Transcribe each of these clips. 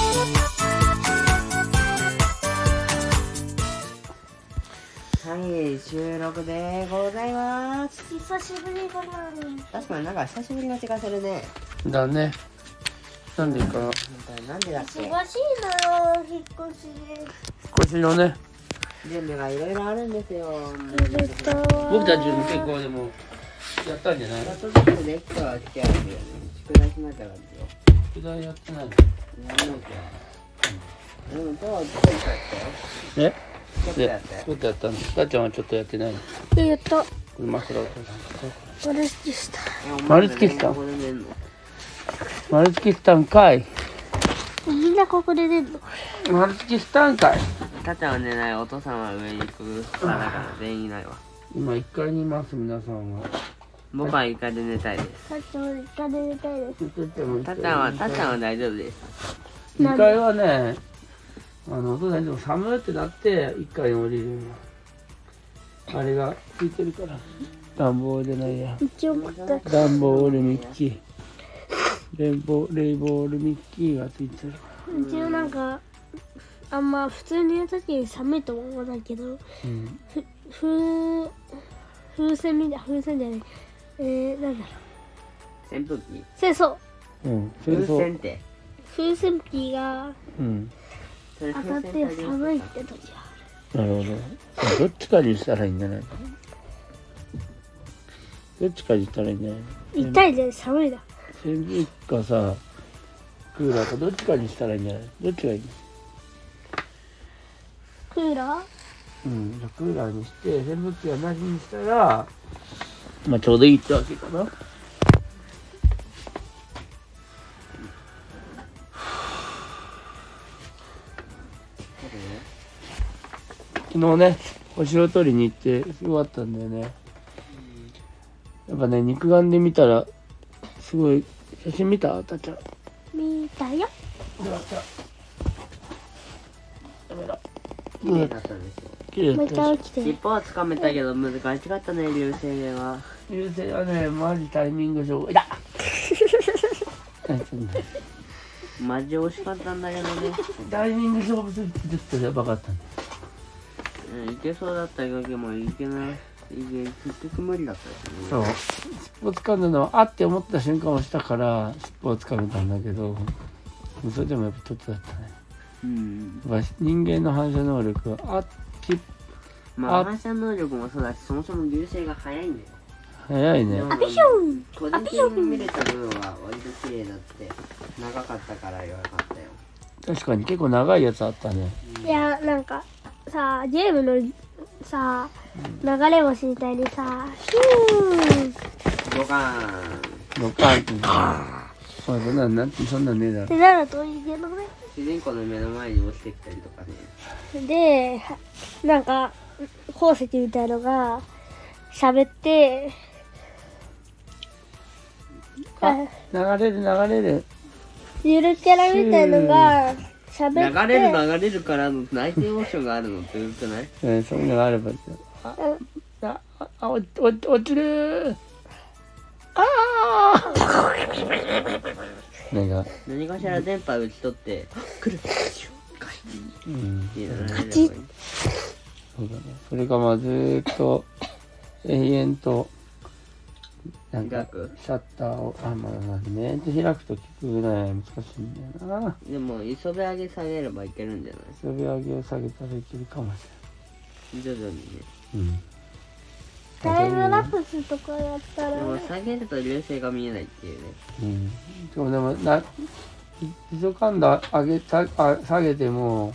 はい、収録でございます。 久しぶりだな。 確かになんか久しぶりな気がするね。 だね。なんでかな。 なんでだっけ。 忙しいのよ、引っ越しで。 腰のね。 準備がいろいろあるんですよ。 僕たちも結構でもやったんじゃない？ ちょっとずつできたはしてあるけどね。宿題しなきゃなんですよ。 宿題やってないの？ やんなきゃ。今日はちょっとやったよ。 え？ ちょっとやったよ。 ちょっとやったの。たっちゃんはちょっとやってないの？ やった。 枕を丸付きした。 丸付きした丸付きしたんかい。 みんなここで寝るの。 丸付きしたんかい。 たっちゃんは寝ない。お父さんは上に行く。だから全員いないわ。 今1階にいます皆さんは。 僕は1階で寝たいです。 たっちゃんは一回で寝たいです。 たっちゃんは大丈夫です。 2階はね、お父さんいつも寒いってなって1階に降りるんよ。あれがついてるから。暖房じゃないや。 一応こった。 暖房ールミッキー。レイボールミッキーがついてる。 一応なんか、あんま普通に寝るときに寒いと思うんだけど、 うん。 風船じゃない。なんだろ扇風機。 そう。 うん。 風船って。 風船機がうん。 それ当たって寒いって時は。 なるほど。どっちかにしたらいいんじゃないの？どっちかにしたらいいんじゃないの？ 痛いで寒いだ。 扇風機かさ、クーラーかどっちかにしたらいいんじゃないの？どっちがいいの？ クーラー？ うん。じゃあクーラーにして扇風機はなしにしたら、まあちょうどいいってわけかな。昨日ね、お城取りに行ってすごかったんだよね。やっぱね、肉眼で見たら、すごい、写真見た？たっちゃん。 見たよ。 綺麗だったんですよ。 綺麗だったでしょ。 尻尾はつかめたけど難しかったね、流星群は。 流星はね、マジタイミング勝負。いたマジ惜しかったんだけどね。 タイミング勝負するってちょっとやばかったんだ。 いけそうだったけどもいけない。結局無理だったですね。 そう。尻尾掴んだのは、あって思った瞬間をしたから、尻尾を掴めたんだけど、それでもやっぱ一つだったね。やっぱ人間の反射能力は、 まあ反射能力もそうだし、そもそも流星が速いんだよ。 早いね。 個人的に見れた分は割と綺麗だって長かったからよかったよ。 確かに結構長いやつあったね。 いや、なんかさ、ゲームのさ、流れ星みたいにさ、ヒュードカーン。 ドカンって。そんなんねえだろ。 ってなるといいけどね。 主人公の目の前に落ちてきたりとかね。 で、なんか、宝石みたいのが喋って、 流れる。 ゆるキャラみたいのが喋って、 流れるからの内定モーションがあるのってよくない？ そういうのがあればいいけど。落ちるー。 何かしら電波打ち取って来る。 カチッ。 そうだね。それがまあずーっと永遠となんかシャッターをねって開くと聞くぐらい難しいんだよな。 でも磯辺上げ下げればいけるんじゃない？ 磯辺上げを下げたらいけるかもし徐々にね。 タイムラプスとかやったら、 でも下げると流星が見えないっていうね。 でも急かんだ下げても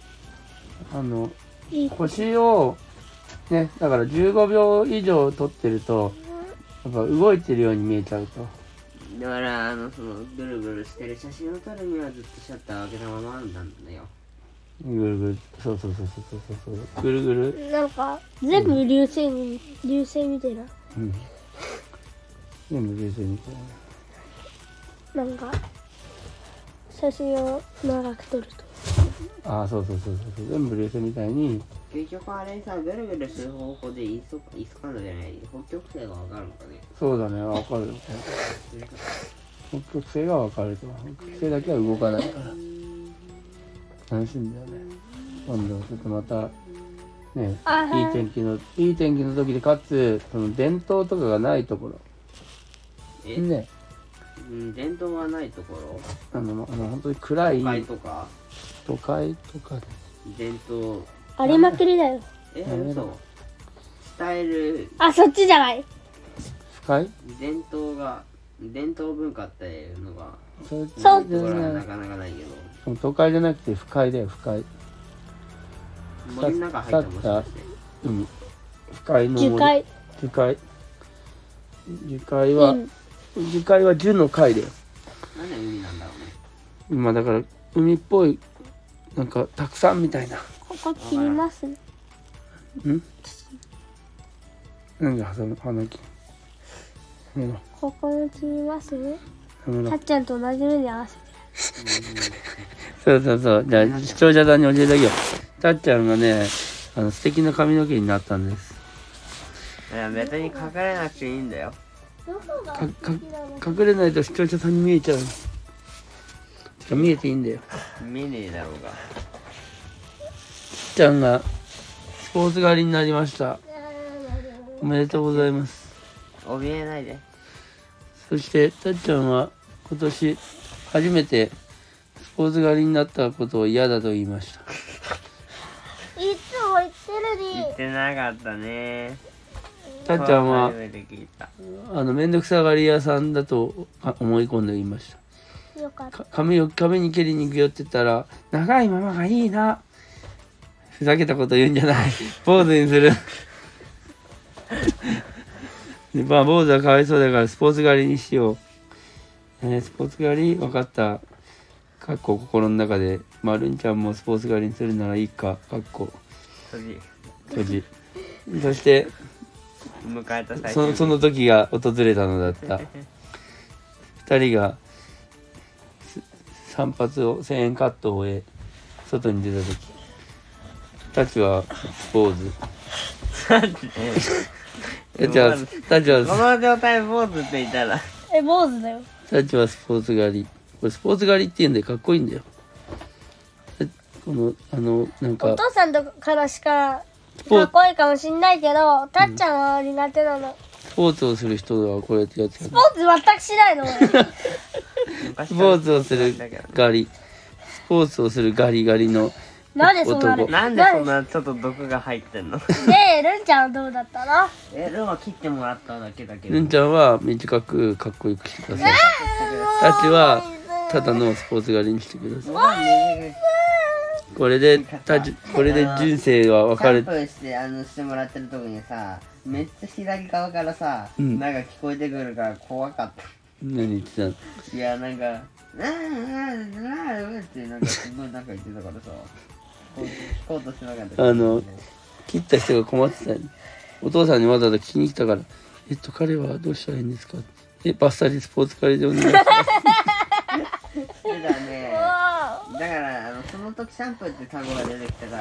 星をね、だから15秒以上撮ってるとやっぱ動いてるように見えちゃうと。 だからそのぐるぐるしてる写真を撮るにはずっとシャッターを開けたままなんだよ。 ぐるぐる、そうぐるぐる。 なんか全部流星みたいな。 全部流星みたいな。なんか写真を長く撮ると。 そう全部流星みたいに。 結局あれさ、ぐるぐるする方法でイソカンドじゃない北極星がわかるのかね。 そうだね、わかる。北極星がわかると。北極星だけは動かないから。 楽しいんだよね。今度ちょっとまたね、 あ、はいいい天気の時で、かつその伝統とかがないところね、 伝統がないところ、 本当に暗い都会とか都会とかで伝統、 ありまくりだよ。 嘘、伝えるあ、そっちじゃない。 深い伝統文化っていうのがそうところはなかなかないけど、 都会じゃなくて深いだよ、深い。 森の中入ってもしかして海、深いの森。 樹海。 樹海は樹の海だよ。 なんで海なんだろうね。 今だから海っぽい、なんかたくさんみたいな。 ここ切りますね。 なんで花木。 ここも切りますね。 やめろたっちゃんと同じ目に合わせて。 そう。じゃあ視聴者さんに教えてあげよう。たっちゃんがね、素敵な髪の毛になったんです。 いや別に隠れなくていいんだよ。 どこが隠れないと視聴者さんに見えちゃう。てか見えていいんだよ。 見ねえだろうが。 たっちゃんがスポーツ狩りになりました。おめでとうございます。 怯えないで。 そしてたっちゃんは今年初めてスポーツ狩りになったことを嫌だと言いました。 いつも言ってるに。 言ってなかったね。 たっちゃんは初めて聞いた。 めんどくさがり屋さんだと思い込んでいました。 よかった。 髪に蹴りに行くよって言ったら、長いままがいいな。ふざけたこと言うんじゃない。坊主にする。でまあ坊主はかわいそうだからスポーツ狩りにしよう。スポーツ狩り分かった。かっこ心の中で、まるんちゃんもスポーツ狩りにするならいいか。かっこ閉じ。そして迎えた最初その時が訪れたのだった。二人が散髪を1000円カットを終え外に出た時、タチは坊主。タチはこの状態坊主って言ったら坊主だよ。 タチはスポーツ狩り。これスポーツ狩りって言うんでかっこいいんだよ。このなんかお父さんとからしかかっこいいかもしんないけど、たっちゃんは苦手なの。 スポーツをする人はこれってやつやスポーツ全くしないの俺。 スポーツをする狩り。スポーツをするガリガリのなんでそんな男。 なんでそんなちょっと毒が入ってんの？ ねえ、るんちゃんはどうだったの？ ルンは切ってもらっただけだけど。 ルンちゃんは短くかっこよくしてください。タチはただのスポーツ狩りにしてください。これで人生は分かれシャンプーしてもらってる時にさ、めっちゃ左側からさ、 うんなんか聞こえてくるから怖かった。 何言ってたの？ いやなんかってなんかすごいなんか言ってたからさ、聞こうとしなかった。 切った人が困ってたよね。お父さんにわざわざ聞きに来たから、彼はどうしたらいいんですか？バッサリスポーツ狩りでお願いします。 そうだね。だからその時シャンプーって単語が出てきたから、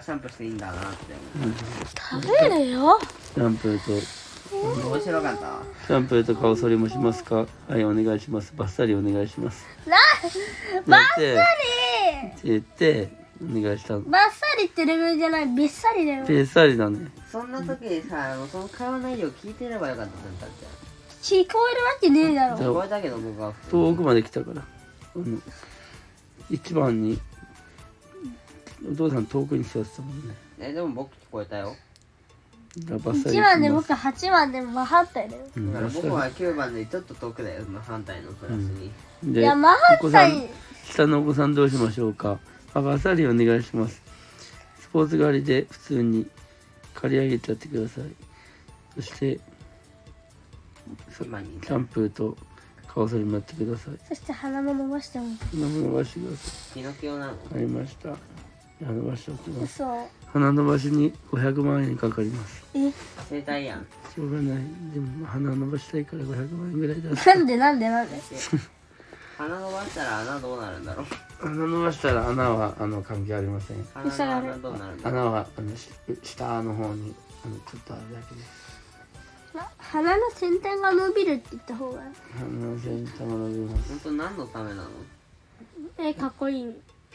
シャンプーしていいんだなって思食べるよ。 シャンプーとう。面白かったわ。 シャンプーと顔剃りもしますか？はい、お願いします。バッサリお願いします。 バッサリって言ってお願いしたの。 バッサリってレベルじゃない、びっさりだよ。 バッサリだね。 そんな時にさ、その会話内容聞いてればよかったんだって。 聞こえるわけねえだろ。 聞こえたけど僕は遠くまで来たから、一番にお父さん遠くに座ってたもんね。 でも僕聞こえたよ。 バッサリ 1番で僕8番で真反対だよ。 だから僕は9番でちょっと遠くだよ、反対のクラスに。 でいや、真反対。 下のお子さんどうしましょうか？バッサリお願いします。スポーツ狩りで普通に刈り上げちゃってください。そしてシャンプーと顔剃りもやってください。 そして鼻も伸ばしても。 鼻も伸ばしてくださピノキオなの？ い。ありました。伸ばしておきます。 嘘。 鼻伸ばしに500万円かかります。 生体やん。 しょうがない。でも鼻伸ばしたいから500万円ぐらいだ。 なんで鼻伸ばしたら穴どうなるんだろう。 鼻伸ばしたら穴は関係ありません。 鼻の穴どうなるんだろう。 穴は下の方にちょっとあるだけです。 鼻の先端が伸びるって言った方がいい。 鼻の先端が伸びます。 本当何のためなの？ かっこいい。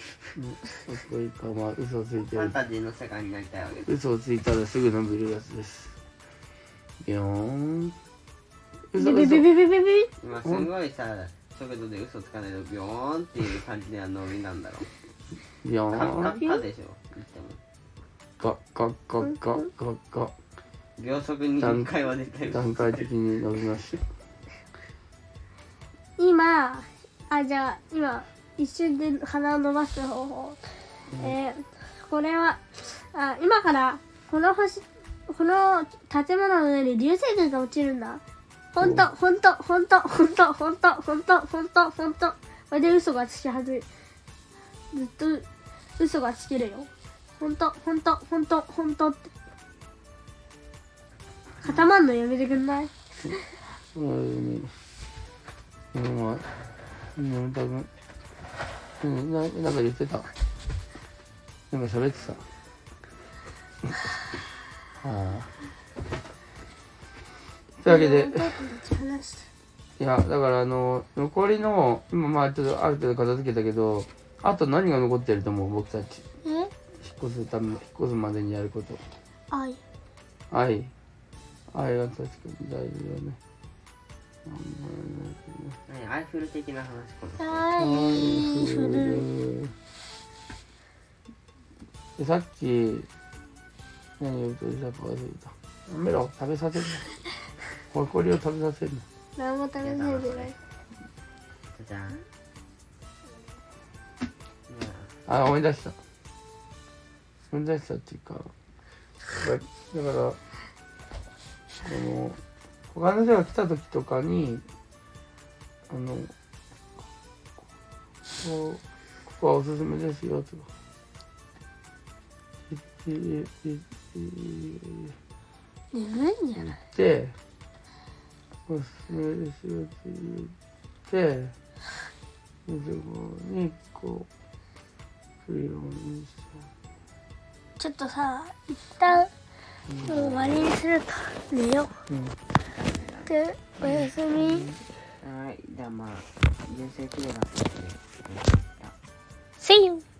こいいか、まあ嘘をついてる。 ファンタジーの世界になりたいわけです。 嘘をついたらすぐ伸びるやつです。ビヨーン。嘘ビビビビビビビ。 今すごいさ、速度で嘘つかないとビヨーンっていう感じで伸びなんだろう。 ビヨカーン。 ッカでしょ言っても。 ガッガッガッガッガッガッ。 秒速に1回は絶対嘘段階的に伸びました。 今、じゃあ今一瞬で鼻を伸ばす方法。これは今からこの建物の上に流星群が落ちるんだ。ほんと。これで嘘がつきはず。ずっと嘘がつけるよ。ほんとって。固まんのやめてくんない？ 眠たくなんか言ってた。なんか喋ってた。というわけで、いやだから残りの今まあちょっとある程度片付けたけど、あと何が残ってると思う？僕たち引っ越すまでにやること。愛が確かに大事だよね。 アイフル的な話これ。 さっき何言うとしたか忘れた。やめろ、食べさせるの。これを食べさせるの。 何も食べさせてない。 じゃあ、思い出したっていうか、だから他の人が来た時とかにここはおすすめですよとか眠いんじゃない？ でおすすめですよって言ってそこにこう来るようにしてちょっとさ、一旦もう終わりにするか。寝よう。で、おやすみ。 はい、じゃあまあ、人生クレバーとして。 See you!